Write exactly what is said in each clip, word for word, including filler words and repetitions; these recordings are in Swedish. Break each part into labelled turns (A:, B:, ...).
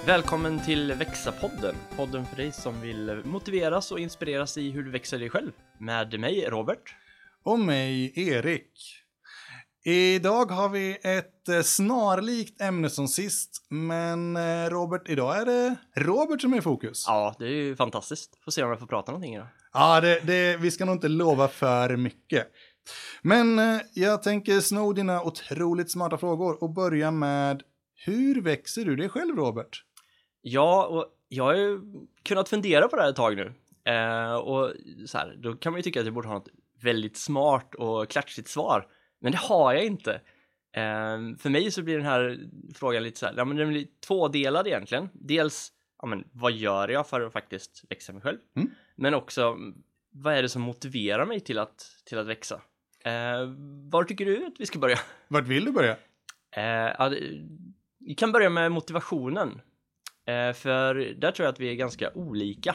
A: Välkommen till Växa-podden, podden för dig som vill motiveras och inspireras i hur du växer dig själv. Med mig Robert.
B: Och mig Erik. Idag har vi ett snarlikt ämne som sist, men Robert, idag är det Robert som är i fokus.
A: Ja, det är ju fantastiskt. Får se om jag får prata någonting idag.
B: Ja, det, det, vi ska nog inte lova för mycket. Men jag tänker sno dina otroligt smarta frågor och börja med: hur växer du dig själv, Robert?
A: Ja, och jag har ju kunnat fundera på det här ett tag nu. Eh, och så här, då kan man ju tycka att jag borde ha ett väldigt smart och klatschigt svar. Men det har jag inte. Eh, för mig så blir den här frågan lite så här, ja, men den blir tvådelad egentligen. Dels, ja, men, vad gör jag för att faktiskt växa mig själv? Mm. Men också, vad är det som motiverar mig till att, till att växa? Eh, var tycker du att vi ska börja?
B: Vart vill du börja?
A: Eh, ja, det, vi kan börja med motivationen. Eh, för där tror jag att vi är ganska olika.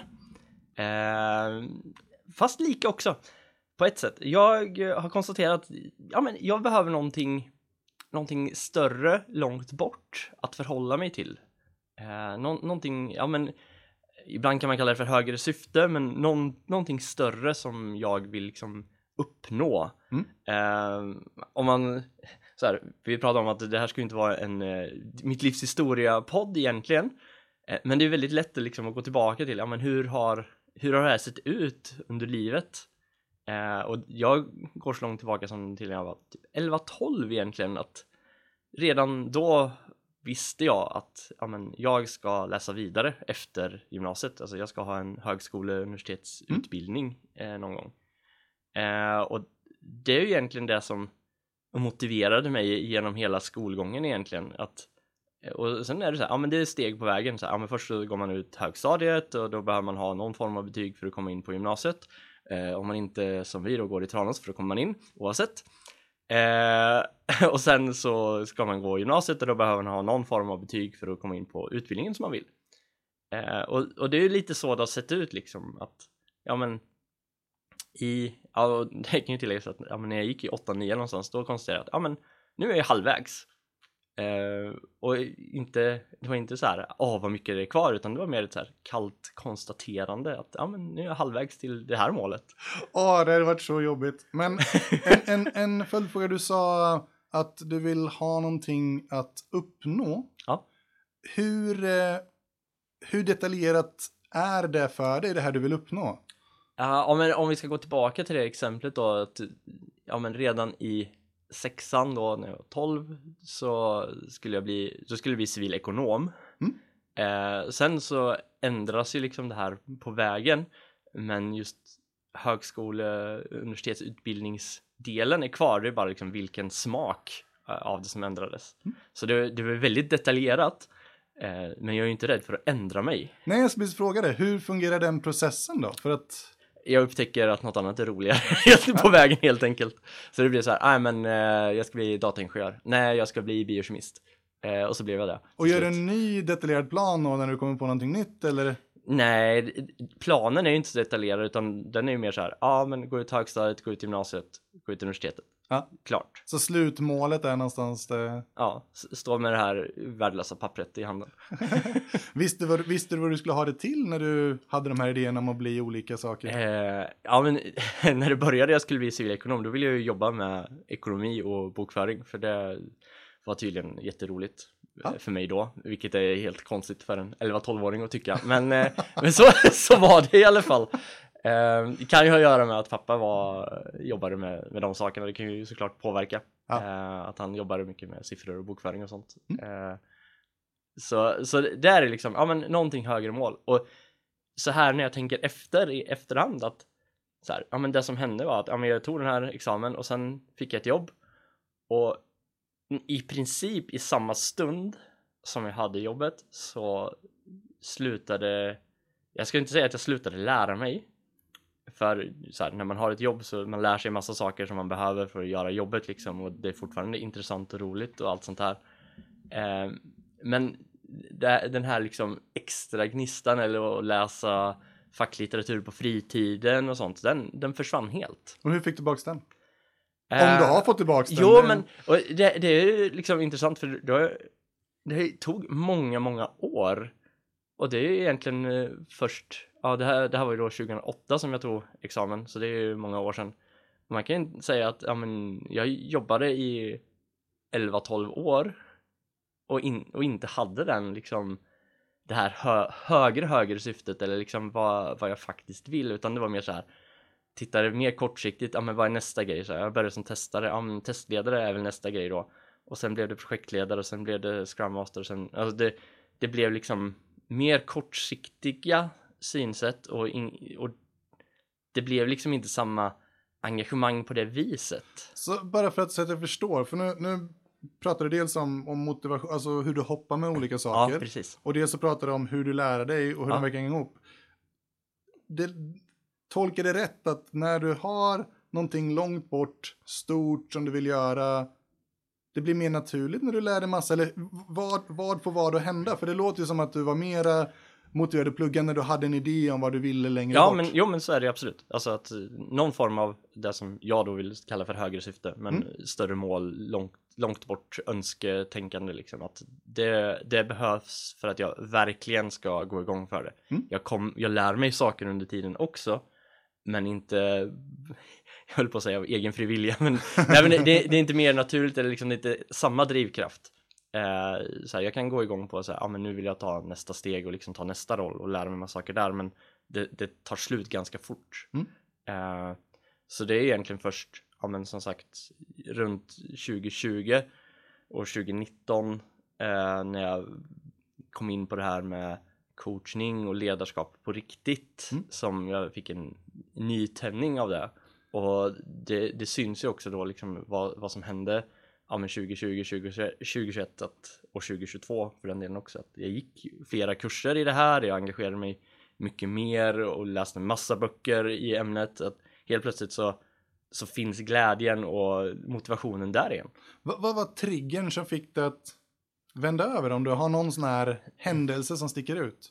A: Eh, fast lika också. På ett sätt. Jag har konstaterat att ja, men jag behöver någonting, någonting större långt bort att förhålla mig till. Eh, nå- någonting, ja men ibland kan man kalla det för högre syfte, men någon, någonting större som jag vill liksom uppnå. Mm. Eh, om man så här, vi pratar om att det här ska inte vara en eh, mitt livs historia-podd egentligen. Eh, men det är väldigt lätt att, liksom, att gå tillbaka till, ja men hur har, hur har det här sett ut under livet? Uh, och jag går så långt tillbaka som till när jag var typ elva tolv egentligen, att redan då visste jag att ja, men, jag ska läsa vidare efter gymnasiet. Alltså jag ska ha en högskole- universitetsutbildning mm. eh, någon gång. Uh, och det är ju egentligen det som motiverade mig genom hela skolgången egentligen. Att, och sen är det så här, ja men det är steg på vägen. Så här, ja, men först så går man ut högstadiet och då behöver man ha någon form av betyg för att komma in på gymnasiet. Eh, om man inte som vi då går i Tranås, för då kommer man in oavsett. Eh, och sen så ska man gå i gymnasiet och då behöver man ha någon form av betyg för att komma in på utbildningen som man vill. Eh, och, och det är ju lite så det har sett ut liksom, att ja men i, ja det kan ju tilläggas att ja, men när jag gick i åtta nio någonstans, då konstaterade jag att ja men nu är jag halvvägs. Uh, och inte, det var inte så här, åh vad mycket det är kvar, utan det var mer ett så här kallt konstaterande att ja men nu är jag halvvägs till det här målet.
B: Åh, oh, det hade varit så jobbigt. Men en, en, en följdfråga, du sa att du vill ha någonting att uppnå.
A: Ja.
B: Hur, eh, hur detaljerat är det för dig, det här du vill uppnå?
A: Ja, uh, men om vi ska gå tillbaka till det exemplet då, att ja men redan i sexan då när jag var tolv så skulle jag bli så skulle jag bli civilekonom. Mm. Eh, sen så ändras ju liksom det här på vägen, men just högskole universitetsutbildningsdelen är kvar. Det är bara liksom vilken smak eh, av det som ändrades. Mm. Så det, det var väldigt detaljerat, eh, men jag är ju inte rädd för att ändra mig.
B: Nej, jag skulle fråga dig, hur fungerar den processen då? För att
A: jag upptäcker att något annat är roligare på vägen helt enkelt. Så det blir så här, nej men eh, jag ska bli dataingenjör. Nej, jag ska bli biokemist. Eh, och så blev jag det.
B: Och gör du en ny detaljerad plan då när du kommer på någonting nytt, eller?
A: Nej, planen är ju inte så detaljerad, utan den är ju mer så här, ja men gå ut högstadiet, gå ut gymnasiet, gå ut universitetet. Ja. Klart.
B: Så slutmålet är någonstans det...
A: Ja, stå med det här värdelösa pappret i handen.
B: visste, vad, visste du vad du skulle ha det till när du hade de här idéerna om att bli olika saker?
A: Eh, ja, men när det började jag skulle bli civilekonom, då ville jag ju jobba med ekonomi och bokföring, för det var tydligen jätteroligt. Ja. För mig då, vilket är helt konstigt för en elva tolv-åring att tycka. Men, eh, men så, så var det i alla fall. Eh, det kan ju ha att göra med att pappa var, jobbade med, med de sakerna. Det kan ju såklart påverka. Ja. Eh, att han jobbade mycket med siffror och bokföring och sånt. Mm. Eh, så, så det är liksom, ja men någonting högre mål. Och så här när jag tänker efter i efterhand, att så här, ja men det som hände var att ja, men jag tog den här examen och sen fick jag ett jobb. Och i princip i samma stund som jag hade jobbet så slutade, jag ska inte säga att jag slutade lära mig, för så här, när man har ett jobb så man lär sig en massa saker som man behöver för att göra jobbet liksom, och det är fortfarande intressant och roligt och allt sånt här. Eh, men det, den här liksom extra gnistan eller att läsa facklitteratur på fritiden och sånt, den, den försvann helt.
B: Och hur fick du tillbaka den? Om du har fått tillbaka den.
A: Jo, men och det, det är liksom intressant, för det, det tog många, många år och det är ju egentligen eh, först, ja det här, det här var ju då tjugohundraåtta som jag tog examen, så det är ju många år sedan. Och man kan ju säga att ja, men jag jobbade i elva tolv år och, in, och inte hade den liksom det här hö, högre högre syftet eller liksom vad, vad jag faktiskt vill, utan det var mer så här, tittade mer kortsiktigt, ja men vad är nästa grej? Så här, jag började som testare, ja men testledare är väl nästa grej då. Och sen blev det projektledare och sen blev det Scrum Master och sen, alltså det, det blev liksom mer kortsiktiga synsätt och, in, och det blev liksom inte samma engagemang på det viset.
B: Så bara för att så att jag förstår, för nu, nu pratar du dels om, om motivation, alltså hur du hoppar med olika saker.
A: Ja, precis.
B: Och dels så pratar du om hur du lär dig och hur
A: Ja.
B: de verkar hänga ihop. Det, tolkar det rätt att när du har någonting långt bort, stort som du vill göra, det blir mer naturligt när du lär dig massa, eller vad, vad får vad att hända? För det låter ju som att du var mera motiverad att plugga när du hade en idé om vad du ville längre
A: Ja,
B: bort.
A: men, jo men så är det absolut. Alltså att eh, någon form av det som jag då vill kalla för högre syfte, men
B: Mm.
A: större mål, långt, långt bort önsketänkande liksom. Att det, det behövs för att jag verkligen ska gå igång för det.
B: Mm.
A: Jag, kom, jag lär mig saker under tiden också, men inte, jag höll på att säga av egen fri vilja, men, nej, men det, det är inte mer naturligt eller liksom det är inte samma drivkraft. Eh, så här, jag kan gå igång på så här, ja men nu vill jag ta nästa steg och liksom ta nästa roll och lära mig massa saker där, men det, det tar slut ganska fort.
B: Mm.
A: Eh, så det är egentligen först, ja men som sagt, runt tjugo tjugo och tjugo nitton eh, när jag kom in på det här med coachning och ledarskap på riktigt,
B: Mm.
A: som jag fick en nytändning av det. Och det, det syns ju också då liksom vad, vad som hände, ja men tjugo tjugo, tjugo tjugoett att, och tjugo tjugotvå för den delen också. Att jag gick flera kurser i det här, jag engagerade mig mycket mer och läste en massa böcker i ämnet. Att helt plötsligt så, så finns glädjen och motivationen där igen.
B: Vad, vad var triggern som fick dig att vända över, om du har någon sån här händelse som sticker ut?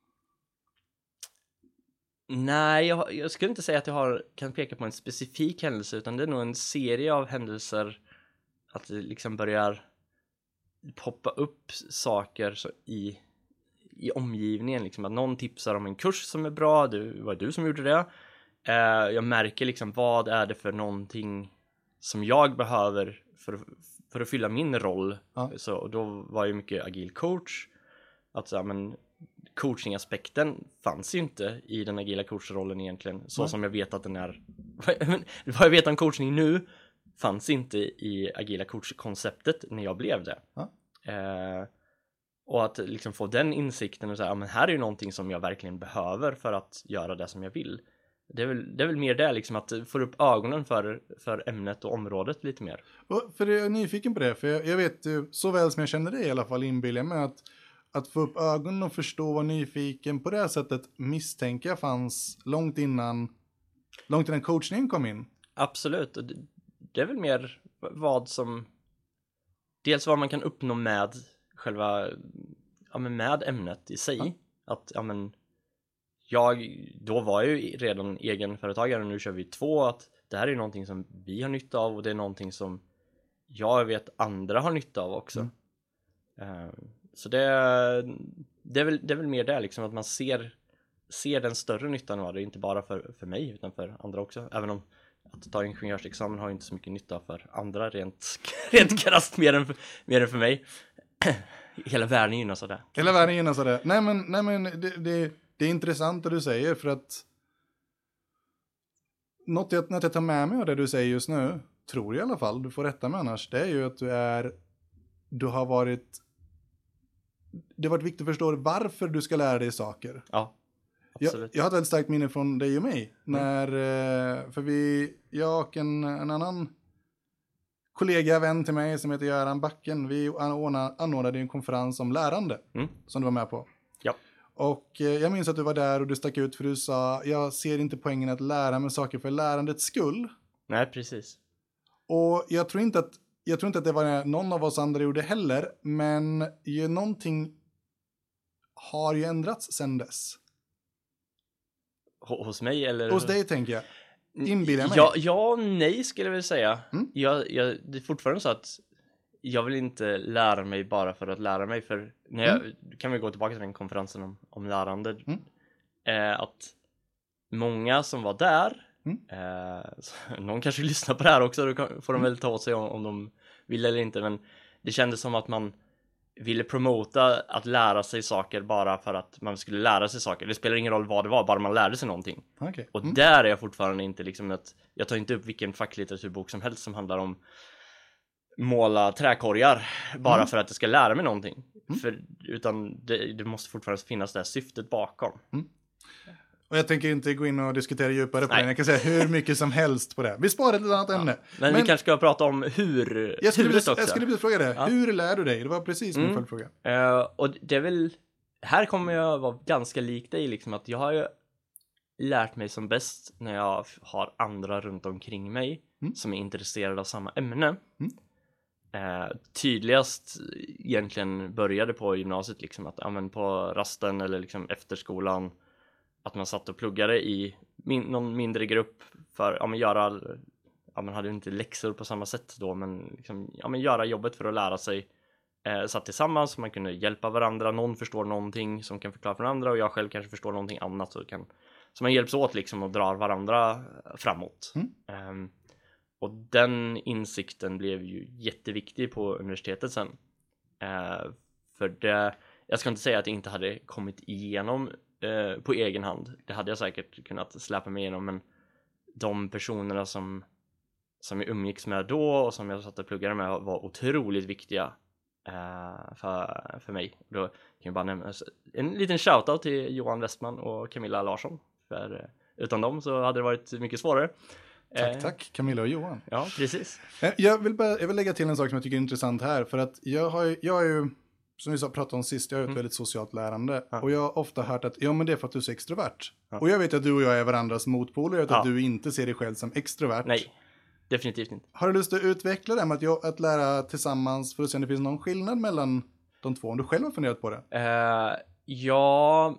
A: Nej, jag, jag skulle inte säga att jag har, kan peka på en specifik händelse, utan det är nog en serie av händelser. Att det liksom börjar poppa upp saker så i, i omgivningen. Liksom att någon tipsar om en kurs som är bra. Det var du som gjorde det. Eh, jag märker liksom vad är det för någonting som jag behöver för, för att fylla min roll.
B: Ja.
A: Så, och då var jag mycket agil coach. Att så, men, coachingaspekten fanns ju inte i den agila coachrollen egentligen. Så
B: Nej.
A: som jag vet att den är. Vad jag vet om coachning nu fanns inte i agila coach-konceptet när jag blev det.
B: Ja.
A: Eh, och att liksom få den insikten och säga, ja men här är ju någonting som jag verkligen behöver för att göra det som jag vill. Det är väl, det är väl mer det liksom, att få upp ögonen för, för ämnet och området lite mer.
B: Och för jag är nyfiken på det, för jag, jag vet ju, så väl som jag känner dig i alla fall, inbillar jag mig att, att få upp ögonen och förstå och vara nyfiken på det här sättet misstänker jag fanns långt innan, långt innan coachningen kom in.
A: Absolut, och det, det är väl mer vad som, dels vad man kan uppnå med själva, ja men med ämnet i sig.
B: Ja.
A: Att, ja men, jag, då var jag ju redan egenföretagare och nu kör vi två, att det här är någonting som vi har nytta av och det är någonting som jag vet andra har nytta av också. Mm. Uh, så det, det, är väl, det är väl mer det liksom, att man ser, ser den större nyttan av det, inte bara för, för mig utan för andra också. Även om att ta ingenjörsexamen har inte så mycket nytta för andra rent, rent krasst mer än, för, mer än för mig. Hela världen gynnas av det.
B: Hela världen gynnas av det. Nej men, nej, men det, det, det är intressant det du säger, för att något jag, något jag tar med mig av det du säger just nu, tror jag i alla fall, du får rätta mig annars, det är ju att du är, du har varit, det har varit viktigt att förstå varför du ska lära dig saker.
A: Ja, absolut.
B: Jag, jag har ett väldigt starkt minne från dig och mig,
A: Mm.
B: när, för vi, jag och en, en annan kollega, vän till mig som heter Göran Backen, vi anordnade, anordnade en konferens om lärande,
A: Mm.
B: som du var med på.
A: Ja.
B: Och eh, jag minns att du var där och du stack ut för du sa, jag ser inte poängen att lära mig saker för lärandets skull.
A: Nej, precis.
B: Och jag tror inte att, jag tror inte att det var någon av oss andra gjorde heller, men ju någonting har ju ändrats sedan dess.
A: H- hos mig eller?
B: Hos dig tänker jag. Inbillar jag mig.
A: Ja, ja, nej skulle jag vilja säga.
B: Mm.
A: Jag, jag, det är fortfarande så att jag vill inte lära mig bara för att lära mig. För när jag,
B: Mm.
A: kan vi gå tillbaka till den konferensen om, om lärande.
B: Mm.
A: Eh, att många som var där,
B: Mm.
A: eh, så, någon kanske lyssnar på det här också, då kan, får de
B: Mm.
A: väl ta åt sig om, om de vill eller inte, men det kändes som att man ville promota att lära sig saker bara för att man skulle lära sig saker. Det spelar ingen roll vad det var, bara man lärde sig någonting.
B: Okay.
A: Och
B: Mm.
A: där är jag fortfarande inte liksom att jag tar inte upp vilken facklitteraturbok som helst som handlar om måla träkorgar bara
B: Mm.
A: för att det ska lära mig någonting.
B: Mm.
A: För, utan det, det måste fortfarande finnas det här syftet bakom.
B: Mm. Och jag tänker inte gå in och diskutera djupare på
A: Nej.
B: det. Jag kan säga hur mycket som helst på det. Vi sparar ett annat ämne.
A: Ja. Men, men vi kanske ska prata om hur
B: jag skulle,
A: huvudet
B: vilja,
A: också.
B: jag skulle vilja fråga det.
A: Ja.
B: Hur lär du dig? Det var precis min
A: Mm.
B: följdfråga.
A: Uh, och det är väl, här kommer jag vara ganska lik dig liksom, att jag har ju lärt mig som bäst när jag har andra runt omkring mig
B: Mm.
A: som är intresserade av samma ämne.
B: Mm.
A: Uh, tydligast egentligen började på gymnasiet liksom, att ja, men på rasten eller liksom efter skolan, att man satt och pluggade i min, någon mindre grupp för ja, men göra, ja, man hade inte läxor på samma sätt då, men, liksom, ja, men göra jobbet för att lära sig. Eh, satt tillsammans så man kunde hjälpa varandra, någon förstår någonting som kan förklara för den andra och jag själv kanske förstår någonting annat, så, kan, så man hjälps åt liksom och drar varandra framåt.
B: Mm.
A: Um, och den insikten blev ju jätteviktig på universitetet sen. Uh, för det, jag ska inte säga att jag inte hade kommit igenom uh, på egen hand, det hade jag säkert kunnat släppa mig igenom, men de personerna som, som jag umgicks med då och som jag satt och pluggade med var otroligt viktiga Uh, för, för mig. Då kan jag bara nämna en liten shoutout till Johan Westman och Camilla Larsson, för uh, utan dem så hade det varit mycket svårare.
B: Tack,
A: uh,
B: tack Camilla och Johan.
A: Ja, precis.
B: Jag vill, bara, jag vill lägga till en sak som jag tycker är intressant här, för att jag har ju, jag har ju som vi pratade om sist, jag har ju ett
A: Mm.
B: väldigt socialt lärande.
A: Ja.
B: Och jag har ofta hört att, ja men det är för att du är så extrovert.
A: Ja.
B: Och jag vet att du och jag är varandras motpoler, jag vet
A: Ja.
B: att du inte ser dig själv som extrovert.
A: Nej, definitivt inte.
B: Har du lust att utveckla det med att, jag, att lära tillsammans för att se om det finns någon skillnad mellan de två, om du själv har funderat på det?
A: Uh, ja,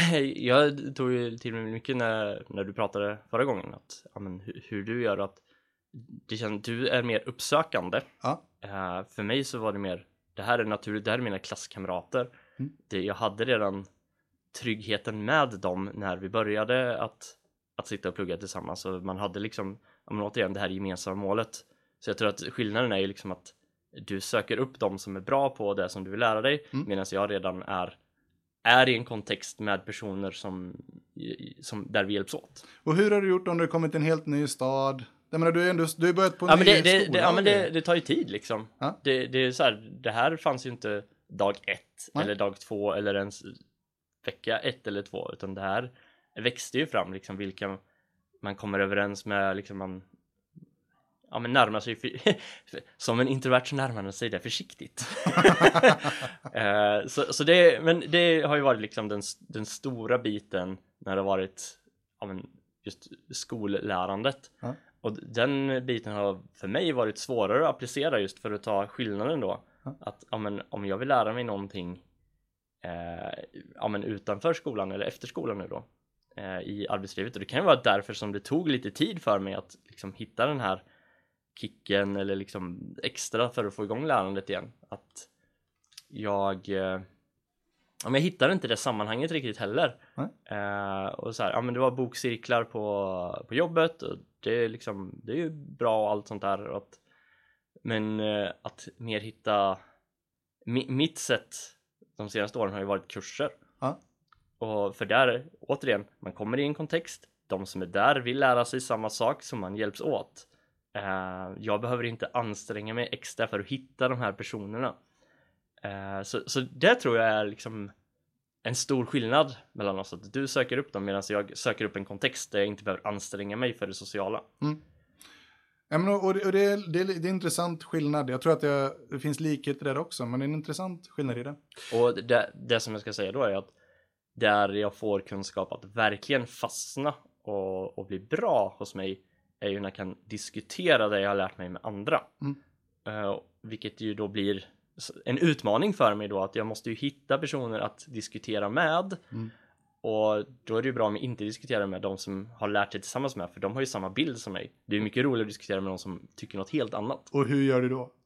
A: jag tog ju till mig mycket när, när du pratade förra gången att, ja, men, hur, hur du gör, att det känns, du är mer uppsökande.
B: Ja.
A: Uh, för mig så var det mer, det här är naturligt, det här är mina klasskamrater.
B: Mm.
A: Det, jag hade redan tryggheten med dem när vi började att, att sitta och plugga tillsammans. Så man hade liksom, ja, men återigen, det här gemensamma målet. Så jag tror att skillnaden är ju liksom att du söker upp dem som är bra på det som du vill lära dig,
B: Mm.
A: medan jag redan är, är i en kontext med personer som, som, där vi hjälps åt.
B: Och hur har du gjort om du har kommit till en helt ny stad? Jag menar, du har ändå, du har börjat på en
A: Ja,
B: ny
A: men, det, det,
B: skola.
A: det, ja, men
B: och
A: det,
B: grejer.
A: det tar ju tid liksom.
B: Ja.
A: Det, det är så här, det här fanns ju inte dag ett
B: Nej.
A: eller dag två eller ens vecka ett eller två, utan det här växte ju fram liksom, vilka man kommer överens med, liksom man, ja, men närmar sig för, som en introvert så närmar man sig det försiktigt. uh, så, så det, men det har ju varit liksom den, den stora biten när det har varit, ja, men just skollärandet.
B: Ja.
A: Och den biten har för mig varit svårare att applicera, just för att ta skillnaden då.
B: Ja.
A: Att ja, men, om jag vill lära mig någonting eh, ja, men utanför skolan eller efter skolan nu då, eh, i arbetslivet, och det kan ju vara därför som det tog lite tid för mig att liksom hitta den här kicken eller liksom extra för att få igång lärandet igen. Att jag eh, ja, men jag hittade inte det sammanhanget riktigt heller. Eh, och så här, ja, men det var bokcirklar på, på jobbet, och det är liksom, det är ju bra och allt sånt där, och att, men eh, att mer hitta mi, mitt sätt de senaste åren har ju varit kurser.
B: Ja.
A: Och för där, återigen, man kommer i en kontext, de som är där vill lära sig samma sak, som man hjälps åt. Uh, jag behöver inte anstränga mig extra för att hitta de här personerna. Uh, så, så det tror jag är liksom en stor skillnad mellan oss, att du söker upp dem medan jag söker upp en kontext där jag inte behöver anstränga mig för det sociala.
B: Mm. Ja, men, och det, och det, är, det, är, det är en intressant skillnad. Jag tror att det, det finns likheter där också, men det är en intressant skillnad i det.
A: Och det, det som jag ska säga då är att där jag får kunskap att verkligen fastna och, och bli bra hos mig är ju när jag kan diskutera det jag har lärt mig med andra.
B: Mm.
A: Uh, vilket ju då blir en utmaning för mig då, att jag måste ju hitta personer att diskutera med.
B: Mm.
A: Och då är det ju bra om jag inte diskuterar med de som har lärt sig tillsammans med, för de har ju samma bild som mig. Det är ju mycket roligare att diskutera med de som tycker något helt annat.
B: Och hur gör du då?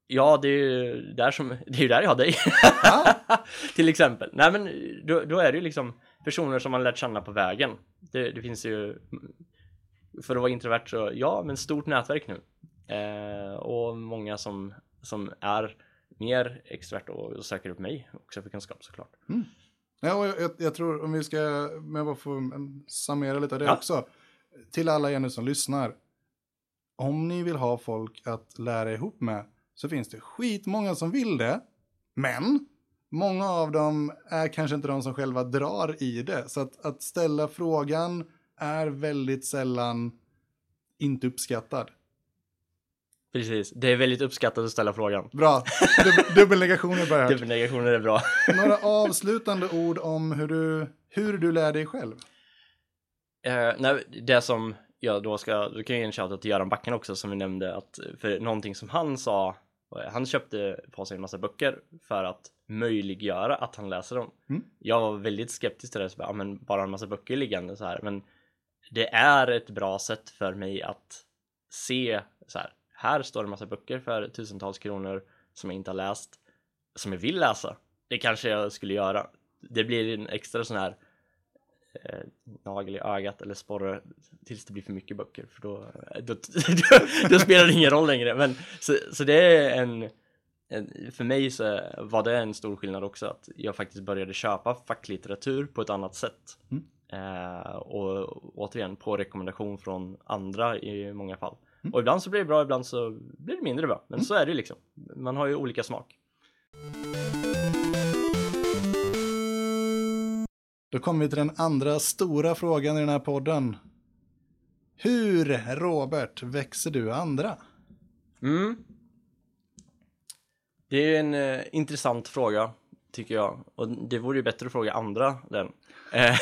A: Ja, det är ju där som, det är ju där jag har dig.
B: Ja.
A: Till exempel. Nej men då, då är det ju liksom personer som man lärt känna på vägen. Det, det finns ju, för att vara introvert så, ja men stort nätverk nu. Eh, och många som, som är mer extrovert och, och söker upp mig också för kunskap såklart.
B: Mm. Ja, och jag, jag tror om vi ska, men jag bara får summera lite av det
A: Ja.
B: också. Till alla er nu som lyssnar. Om ni vill ha folk att lära ihop med så finns det skitmånga som vill det. Men många av dem är kanske inte de som själva drar i det. Så att, att ställa frågan är väldigt sällan inte uppskattad.
A: Precis, det är väldigt uppskattat att ställa frågan.
B: Bra, Dub- dubbelnegationer bara hört.
A: Dubbelnegationer är bra.
B: Några avslutande ord om hur du, hur du lär dig själv.
A: Eh, nej, det som jag då ska, då kan jag ge en shoutout till Göran Backen också som vi nämnde, att för någonting som han sa, han köpte på sig en massa böcker för att möjliggöra att han läser dem.
B: Mm.
A: Jag var väldigt skeptisk till det, så bara, ja, men bara en massa böcker liggande så här, men det är ett bra sätt för mig att se så här, här står en massa böcker för tusentals kronor som jag inte har läst, som jag vill läsa. Det kanske jag skulle göra. Det blir en extra sån här eh, nagel i ögat eller sporre tills det blir för mycket böcker, för då, då, då, då spelar det ingen roll längre. Men, så, så det är en, en, för mig så var det en stor skillnad också, att jag faktiskt började köpa facklitteratur på ett annat sätt.
B: Mm.
A: Eh, och återigen på rekommendation från andra i många fall.
B: Mm.
A: Och ibland så blir det bra, ibland så blir det mindre bra. Men
B: Mm.
A: så är det liksom. Man har ju olika smak.
B: Då kommer vi till den andra stora frågan i den här podden. Hur, Robert, växer du andra?
A: Mm. Det är en eh, intressant fråga, tycker jag. Och det vore ju bättre att fråga andra den. Eh,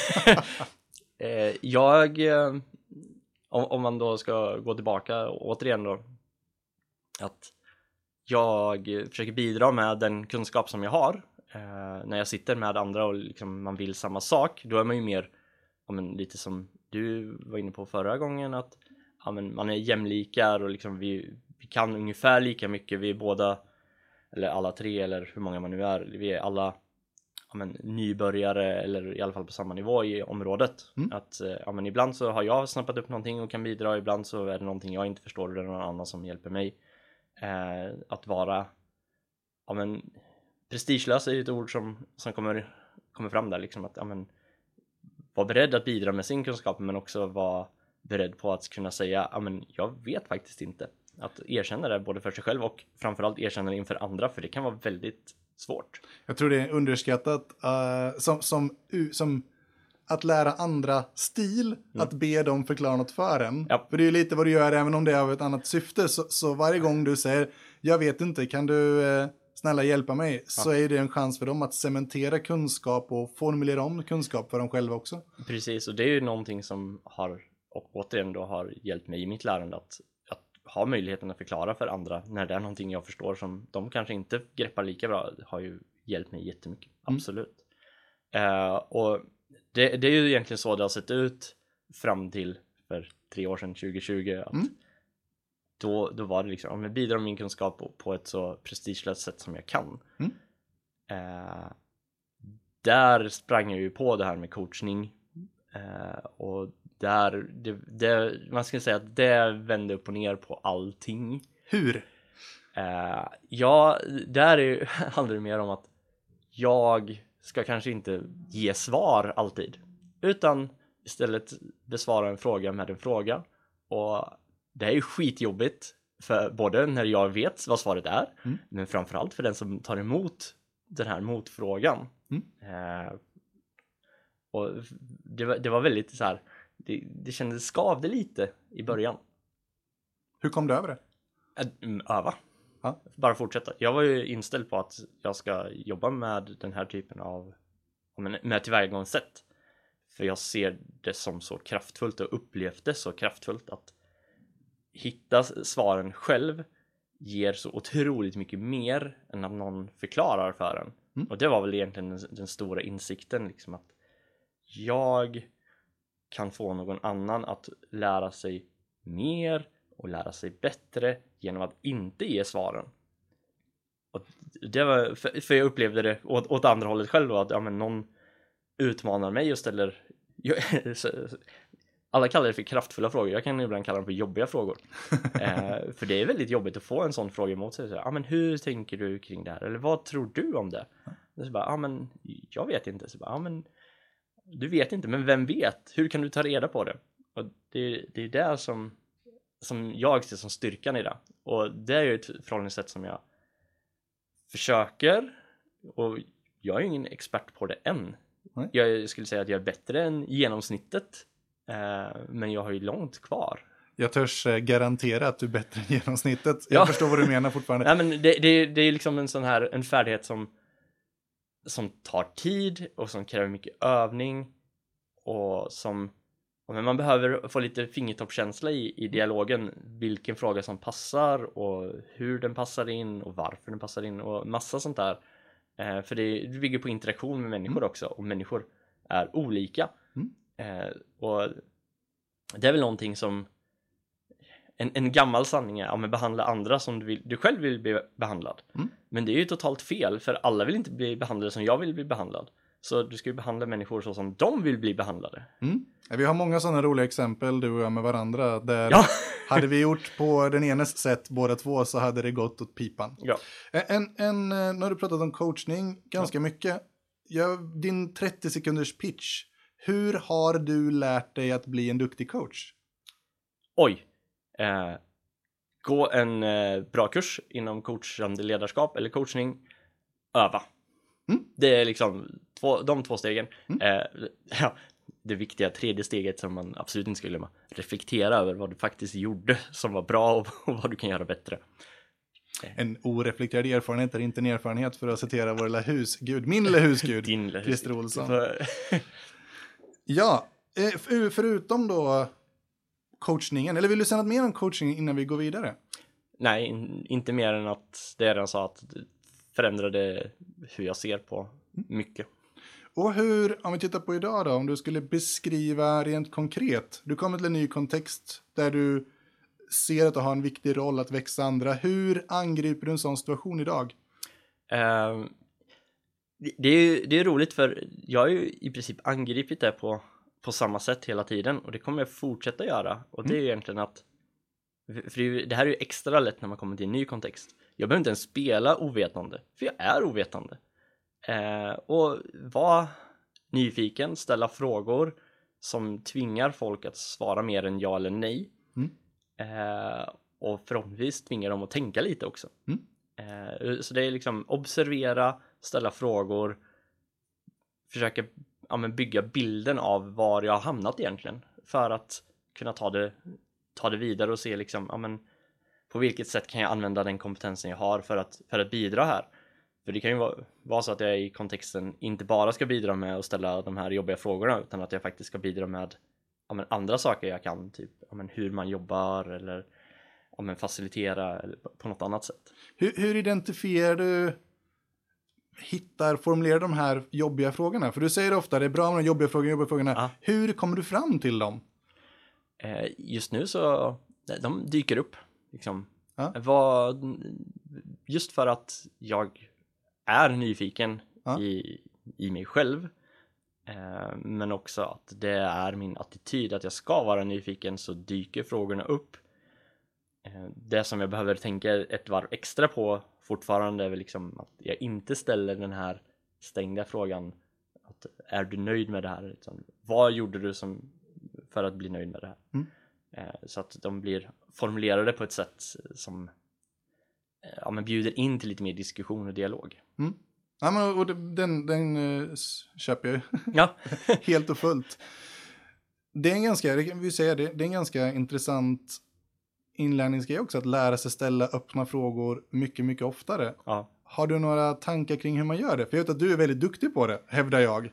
A: eh, jag, eh, om, om man då ska gå tillbaka återigen då, att jag försöker bidra med den kunskap som jag har. Eh, när jag sitter med andra och liksom man vill samma sak, då är man ju mer, ja, men lite som du var inne på förra gången, att ja, men man är jämlikar och liksom vi, vi kan ungefär lika mycket, vi är båda, eller alla tre, eller hur många man nu är, vi är alla ja, men, nybörjare, eller i alla fall på samma nivå i området.
B: Mm.
A: Att ja, men ibland så har jag snappat upp någonting och kan bidra, ibland så är det någonting jag inte förstår och det är någon annan som hjälper mig. Eh, att vara ja, men, prestigelös är ju ett ord som, som kommer, kommer fram där, liksom att ja, men, vara beredd att bidra med sin kunskap, men också vara beredd på att kunna säga ja, men, jag vet faktiskt inte. Att erkänna det både för sig själv och framförallt erkänna det inför andra, för det kan vara väldigt svårt.
B: Jag tror det är underskattat uh, som, som, uh, som att lära andra stil, mm. att be dem förklara något för en.
A: Ja.
B: För det är ju lite vad du gör även om det är av ett annat syfte. Så, så varje gång du säger, jag vet inte, kan du uh, snälla hjälpa mig? Ja. Så är det en chans för dem att cementera kunskap och formulera om kunskap för dem själva också.
A: Precis, och det är ju någonting som har, och återigen då har hjälpt mig i mitt lärande, att ha möjligheten att förklara för andra när det är någonting jag förstår som de kanske inte greppar lika bra, har ju hjälpt mig jättemycket, absolut. Mm. Uh, och det, det är ju egentligen så det har sett ut fram till för tre år sedan, tjugo tjugo, att mm. då, då var det liksom, om jag bidrar med min kunskap på, på ett så prestigelöst sätt som jag kan. Mm. Uh, där sprang jag ju på det här med coachning, uh, och där, det, det, man ska säga att det vände upp och ner på allting.
B: Hur?
A: Uh, ja, där är, handlar det mer om att jag ska kanske inte ge svar alltid, utan istället besvara en fråga med en fråga. Och det är ju skitjobbigt, för både när jag vet vad svaret är, mm. men framförallt för den som tar emot den här motfrågan. Mm. Uh, och det var, det var väldigt så här, Det, det kändes, skavde lite i början.
B: Hur kom du över det?
A: Öva. Ha? Bara fortsätta. Jag var ju inställd på att jag ska jobba med den här typen av med tillvägagångssätt. För jag ser det som så kraftfullt och upplevt det så kraftfullt att hitta svaren själv ger så otroligt mycket mer än att någon förklarar för en. Mm. Och det var väl egentligen den, den stora insikten, liksom, att jag kan få någon annan att lära sig mer och lära sig bättre genom att inte ge svaren. och det var, för, för jag upplevde det åt, åt andra hållet själv då, att ja, men någon utmanar mig och ställer jag, alla kallar det för kraftfulla frågor, jag kan ibland kalla dem för jobbiga frågor. eh, för det är väldigt jobbigt att få en sån fråga emot sig. Så, ja, men hur tänker du kring det här? Eller vad tror du om det? Så bara, ja, men jag vet inte. Så bara, ja, men du vet inte, men vem vet? Hur kan du ta reda på det? Och det, det är det som, som jag ser som styrkan i det. Och det är ju ett förhållningssätt som jag försöker, och jag är ju ingen expert på det än.
B: Nej.
A: Jag skulle säga att jag är bättre än genomsnittet, eh, men jag har ju långt kvar.
B: Jag törs eh, garantera att du är bättre än genomsnittet. Jag
A: Ja.
B: förstår vad du menar fortfarande.
A: Nej, men det, det, det är liksom en sån här en färdighet som som tar tid och som kräver mycket övning, och som och man behöver få lite fingertoppskänsla i, i dialogen, vilken fråga som passar och hur den passar in och varför den passar in och massa sånt där. Eh, för det, det bygger på interaktion med människor mm. också, och människor är olika. Mm. Eh, och det är väl någonting som en, en gammal sanning är, ja, men behandla andra som du, vill, du själv vill bli behandlad. Mm. Men det är ju totalt fel, för alla vill inte bli behandlade som jag vill bli behandlad. Så du ska ju behandla människor så som de vill bli behandlade.
B: Mm. Vi har många sådana roliga exempel, du och jag, med varandra. Där
A: ja.
B: hade vi gjort på den enes sätt båda två, så hade det gått åt pipan.
A: Ja.
B: En, en, nu har du pratat om coachning ganska ja. mycket. Ja, din trettio sekunders pitch. Hur har du lärt dig att bli en duktig coach?
A: Oj. Eh, gå en eh, bra kurs inom coachande ledarskap eller coachning. Öva. Mm. Det är liksom två, de två stegen. Mm. Eh, ja, det viktiga tredje steget som man absolut inte skulle glömma. Reflektera över vad du faktiskt gjorde som var bra, och, och vad du kan göra bättre.
B: En oreflekterad erfarenhet är inte en erfarenhet, för att citera vår lilla husgud. Min lilla husgud.
A: Din lilla
B: Christer Olsson. Ja, för, förutom då coachningen. Eller vill du säga något mer om coachning innan vi går vidare?
A: Nej, in, inte mer än att det redan sa att det förändrade hur jag ser på mycket.
B: Och hur, om vi tittar på idag då, om du skulle beskriva rent konkret. Du kommer till en ny kontext där du ser att du har en viktig roll att växa andra. Hur angriper du en sån situation idag?
A: Uh, det, är ju, det är roligt, för jag har ju i princip angripit det på, på samma sätt hela tiden. Och det kommer jag fortsätta göra. Och det är ju egentligen att, för det, det här är ju extra lätt när man kommer till en ny kontext. Jag behöver inte ens spela ovetande, för jag är ovetande. Uh, och vara nyfiken, ställa frågor som tvingar folk att svara mer än ja eller nej. Mm. Uh, och förhoppningsvis tvingar dem att tänka lite också. Mm. Uh, så det är liksom observera, ställa frågor, försöka ja, men bygga bilden av var jag har hamnat egentligen, för att kunna ta det, ta det vidare och se liksom, ja, men på vilket sätt kan jag använda den kompetensen jag har för att, för att bidra här. För det kan ju vara, vara så att jag i kontexten inte bara ska bidra med att ställa de här jobbiga frågorna, utan att jag faktiskt ska bidra med ja, men andra saker jag kan, typ ja, men hur man jobbar eller ja, men facilitera eller på något annat sätt.
B: Hur, hur identifierar du, hittar, formulerar de här jobbiga frågorna? För du säger ofta det är bra med de jobbiga frågorna, jobbiga frågorna. Ja. Hur kommer du fram till dem?
A: Eh, just nu så de dyker upp liksom. Ja. Vad, just för att jag är nyfiken ja. i, i mig själv, eh, men också att det är min attityd att jag ska vara nyfiken, så dyker frågorna upp. Eh, det som jag behöver tänka ett varv extra på fortfarande är väl liksom att jag inte ställer den här stängda frågan att, är du nöjd med det här? Liksom, vad gjorde du som, för att bli nöjd med det här? Mm. Eh, så att de blir formulerade på ett sätt som ja, men bjuder in till lite mer diskussion och dialog.
B: Mm. Ja, men och den, den uh, köper jag
A: ja.
B: helt och fullt. Det är en ganska, vi säger det, det är en ganska intressant inlärningsgrej också, att lära sig ställa öppna frågor mycket, mycket oftare. Ja. Har du några tankar kring hur man gör det? För jag vet att du är väldigt duktig på det, hävdar jag.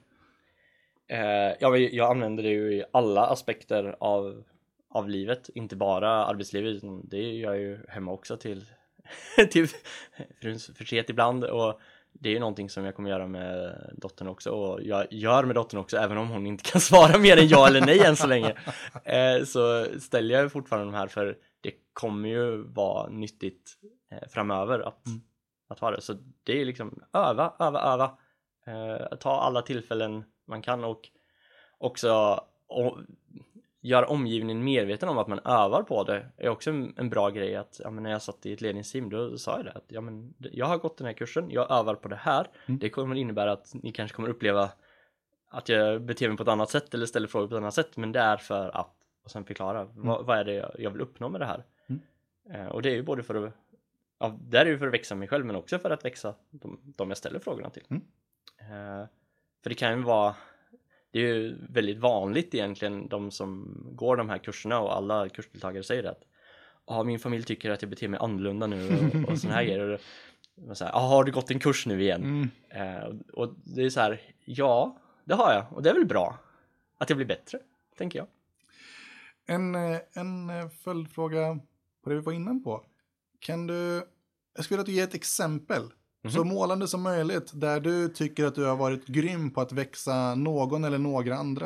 A: Eh, ja, jag använder det ju i alla aspekter av, av livet, inte bara arbetslivet, utan det gör jag ju hemma också till till förset ibland, och det är ju någonting som jag kommer göra med dottern också, och jag gör med dottern också, även om hon inte kan svara mer än ja eller nej än så länge, eh, så ställer jag fortfarande de här, för det kommer ju vara nyttigt eh, framöver att, mm. att vara det. Så det är liksom öva, öva, öva. Eh, ta alla tillfällen man kan och också och, göra omgivningen medveten om att man övar på det är också en, en bra grej. Att ja, men när jag satt i ett ledningsteam då sa jag det att ja, men, jag har gått den här kursen, jag övar på det här. Mm. Det kommer innebära att ni kanske kommer uppleva att jag beter mig på ett annat sätt eller ställer frågor på ett annat sätt, men det är för att och sen förklara mm. vad, vad är det jag, jag vill uppnå med det här. Mm. Eh, och det är ju både för att ja, det är ju för att växa mig själv men också för att växa de, de jag ställer frågorna till. Mm. Eh, för det kan ju vara det är ju väldigt vanligt egentligen de som går de här kurserna och alla kursdeltagare säger det att ja, min familj tycker att jag beter mig annorlunda nu och, och såna här grejer. Och så här, har du gått en kurs nu igen? Mm. Eh, och det är så här, ja, det har jag. Och det är väl bra att jag blir bättre, tänker jag.
B: En, en följdfråga på det vi var inne på. Kan du, jag skulle vilja ge ett exempel. Mm-hmm. Så målande som möjligt där du tycker att du har varit grym på att växa någon eller några andra.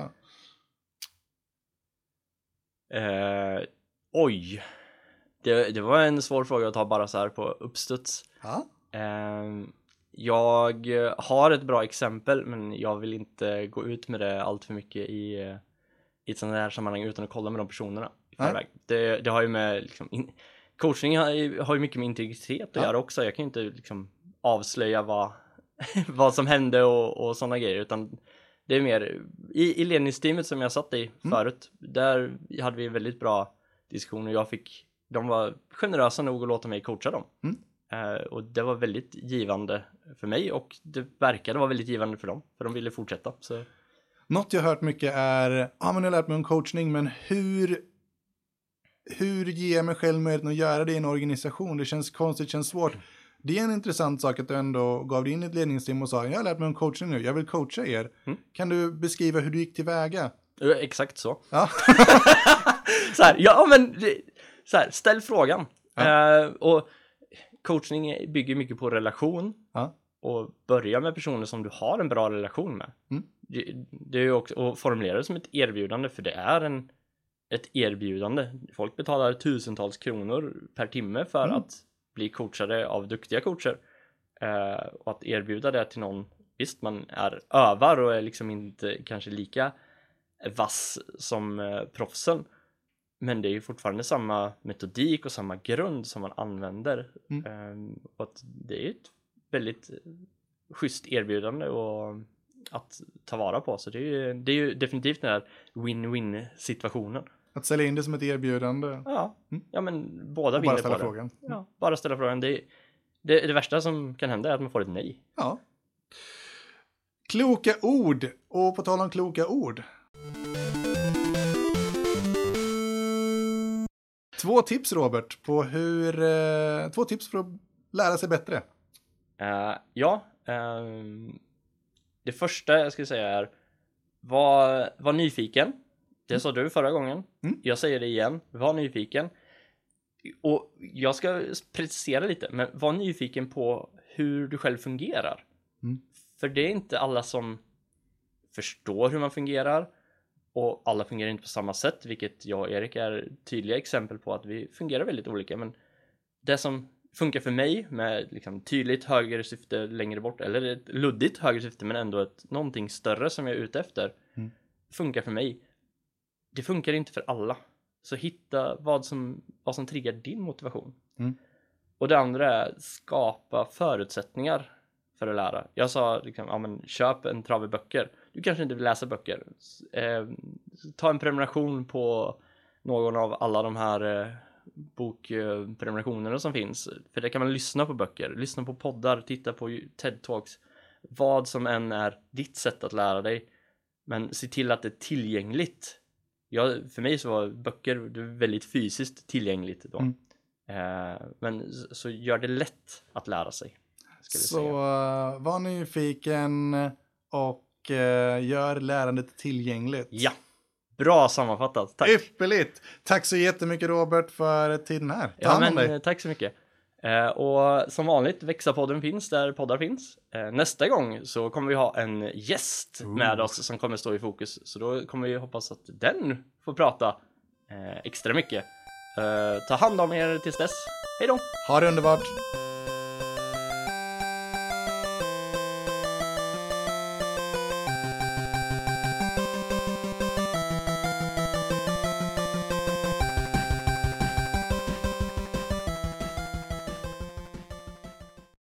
A: Eh, oj. Det, det var en svår fråga att ta bara så här på uppstuds.
B: Ja?
A: Eh, jag har ett bra exempel men jag vill inte gå ut med det allt för mycket i, i ett sånt här sammanhang utan att kolla med de personerna i förväg. Det, det har ju med liksom, in, coaching har, har ju mycket med integritet att ja. göra också. Jag kan ju inte liksom avslöja vad, vad som hände och, och sådana grejer utan det är mer i, i ledningsteamet som jag satt i mm. förut, där hade vi väldigt bra diskussioner. Jag fick, de var generösa nog att låta mig coacha dem mm. uh, och det var väldigt givande för mig och det verkade vara väldigt givande för dem för de ville fortsätta. Så.
B: Något jag har hört mycket är ja ah, men jag har lärt mig om coachning men hur hur ger jag mig själv möjligheten att göra det i en organisation? Det känns konstigt, det känns svårt. Mm. Det är en intressant sak att du ändå gav dig in i ett ledningsteam och sa jag har lärt mig om coaching nu, jag vill coacha er. Mm. Kan du beskriva hur du gick tillväga?
A: Exakt så.
B: Ja,
A: så här, ja men så här, ställ frågan. Ja. Uh, och coachning bygger mycket på relation. Ja. Och börja med personer som du har en bra relation med. Mm. Det, det är ju också och formulera det som ett erbjudande för det är en ett erbjudande. Folk betalar tusentals kronor per timme för mm. att bli coachade av duktiga coacher. Uh, och att erbjuda det till någon, visst man är övar och är liksom inte kanske lika vass som uh, proffsen. Men det är ju fortfarande samma metodik och samma grund som man använder. Mm. Uh, och att det är ett väldigt schysst erbjudande och att ta vara på. Så det är ju, det är ju definitivt den här win-win situationen.
B: Att sälja in det som ett erbjudande.
A: Ja, mm. ja men båda
B: och
A: vinner
B: bara ställa
A: på
B: frågan.
A: det. Ja, bara ställa frågan. Det, det, det värsta som kan hända är att man får ett nej.
B: Ja. Kloka ord. Och på tal om kloka ord. Två tips Robert på hur eh, två tips för att lära sig bättre.
A: Uh, ja, um, det första jag skulle säga är var, var nyfiken. Det mm. sa du förra gången. Mm. Jag säger det igen. Var nyfiken. Och jag ska precisera lite. Men var nyfiken på hur du själv fungerar. Mm. För det är inte alla som förstår hur man fungerar. Och alla fungerar inte på samma sätt. Vilket jag och Erik är tydliga exempel på att vi fungerar väldigt olika. Men det som funkar för mig med liksom tydligt högre syfte längre bort. Eller ett luddigt högre syfte men ändå ett, någonting större som jag är ute efter. Mm. Funkar för mig. Det funkar inte för alla. Så hitta vad som, vad som triggar din motivation. Mm. Och det andra är skapa förutsättningar för att lära. Jag sa liksom, ja, men, köp en trave böcker. Du kanske inte vill läsa böcker. Eh, ta en prenumeration på någon av alla de här eh, bokprenumerationerna som finns. För det kan man lyssna på böcker, lyssna på poddar, titta på TED-talks. Vad som än är ditt sätt att lära dig. Men se till att det är tillgängligt. Jag, för mig så var böcker det väldigt fysiskt tillgängligt då. Mm. Eh, men så gör det lätt att lära sig.
B: Så uh, var nyfiken och uh, gör lärandet tillgängligt.
A: Ja, bra sammanfattat. Tack.
B: Ypperligt. Tack så jättemycket Robert för tiden här. Ta
A: ja, men, dig. Tack så mycket. Eh, och som vanligt, Växa-podden finns där poddar finns. Eh, nästa gång så kommer vi ha en gäst Ooh. med oss som kommer stå i fokus. Så då kommer vi hoppas att den får prata eh, extra mycket. Eh, ta hand om er tills dess. Hej då!
B: Ha det underbart!